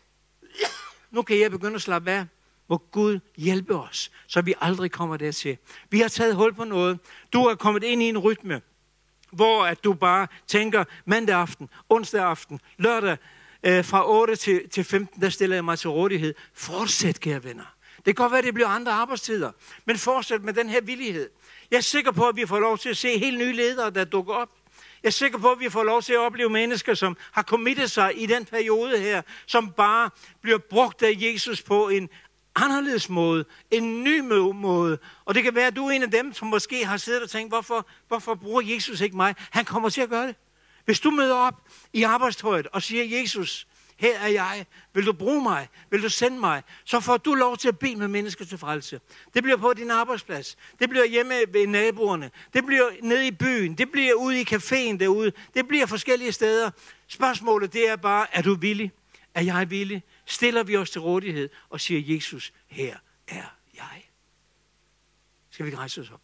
Nu kan jeg begynde at slappe af. Hvor Gud hjælpe os, så vi aldrig kommer dertil. Vi har taget hul på noget. Du er kommet ind i en rytme, hvor at du bare tænker, mandag aften, onsdag aften, lørdag fra 8 til 15, der stiller jeg mig til rådighed. Fortsæt, kære venner. Det kan godt være, det bliver andre arbejdstider, men fortsæt med den her villighed. Jeg er sikker på, at vi får lov til at se helt nye ledere, der dukker op. Jeg er sikker på, at vi får lov til at opleve mennesker, som har committet sig i den periode her, som bare bliver brugt af Jesus på en anderledes måde, en ny måde. Og det kan være, at du er en af dem, som måske har siddet og tænkt, hvorfor bruger Jesus ikke mig? Han kommer til at gøre det. Hvis du møder op i arbejdstøjet og siger, Jesus, her er jeg. Vil du bruge mig? Vil du sende mig? Så får du lov til at bede med mennesker til frelse. Det bliver på din arbejdsplads. Det bliver hjemme ved naboerne. Det bliver nede i byen. Det bliver ude i caféen derude. Det bliver forskellige steder. Spørgsmålet det er bare, er du villig? Er jeg villig? Stiller vi os til rådighed og siger, Jesus, her er jeg. Skal vi rejse os op?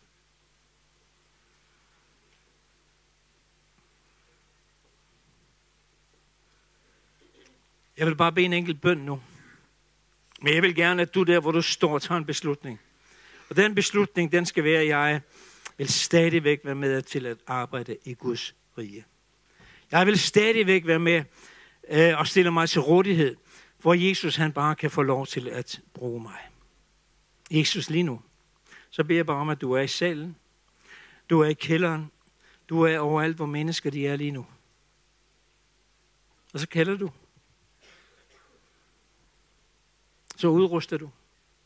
Jeg vil bare bede en enkelt bøn nu. Men jeg vil gerne, at du der, hvor du står, tager en beslutning. Og den beslutning, den skal være, at jeg vil stadigvæk være med til at arbejde i Guds rige. Jeg vil stadigvæk være med og stille mig til rådighed, hvor Jesus han bare kan få lov til at bruge mig. Jesus, lige nu, så beder jeg bare om, at du er i salen. Du er i kælderen. Du er overalt, hvor mennesker de er lige nu. Og så kalder du. Så udruster du.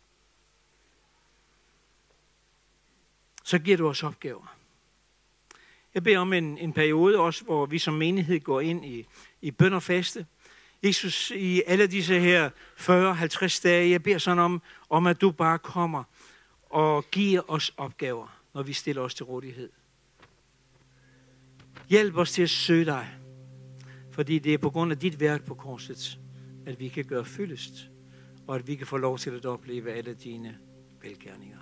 Så giver du os opgaver. Jeg beder om en periode også, hvor vi som menighed går ind i bøn og faste. Jesus, i alle disse her 40-50 dage, jeg beder sådan om, at du bare kommer og giver os opgaver, når vi stiller os til rådighed. Hjælp os til at søge dig, fordi det er på grund af dit værk på korset, at vi kan gøre fyldest, og at vi kan få lov til at opleve alle dine velgerninger.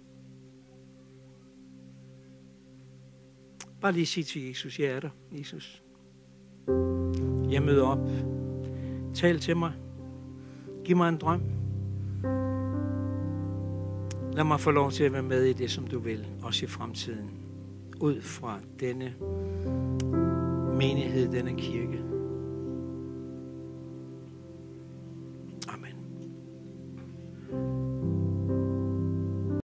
Bare lige sig til Jesus, jeg er der, Jesus. Jeg møder op. Tal til mig. Giv mig en drøm. Lad mig få lov til at være med i det, som du vil, også i fremtiden. Ud fra denne menighed, denne kirke.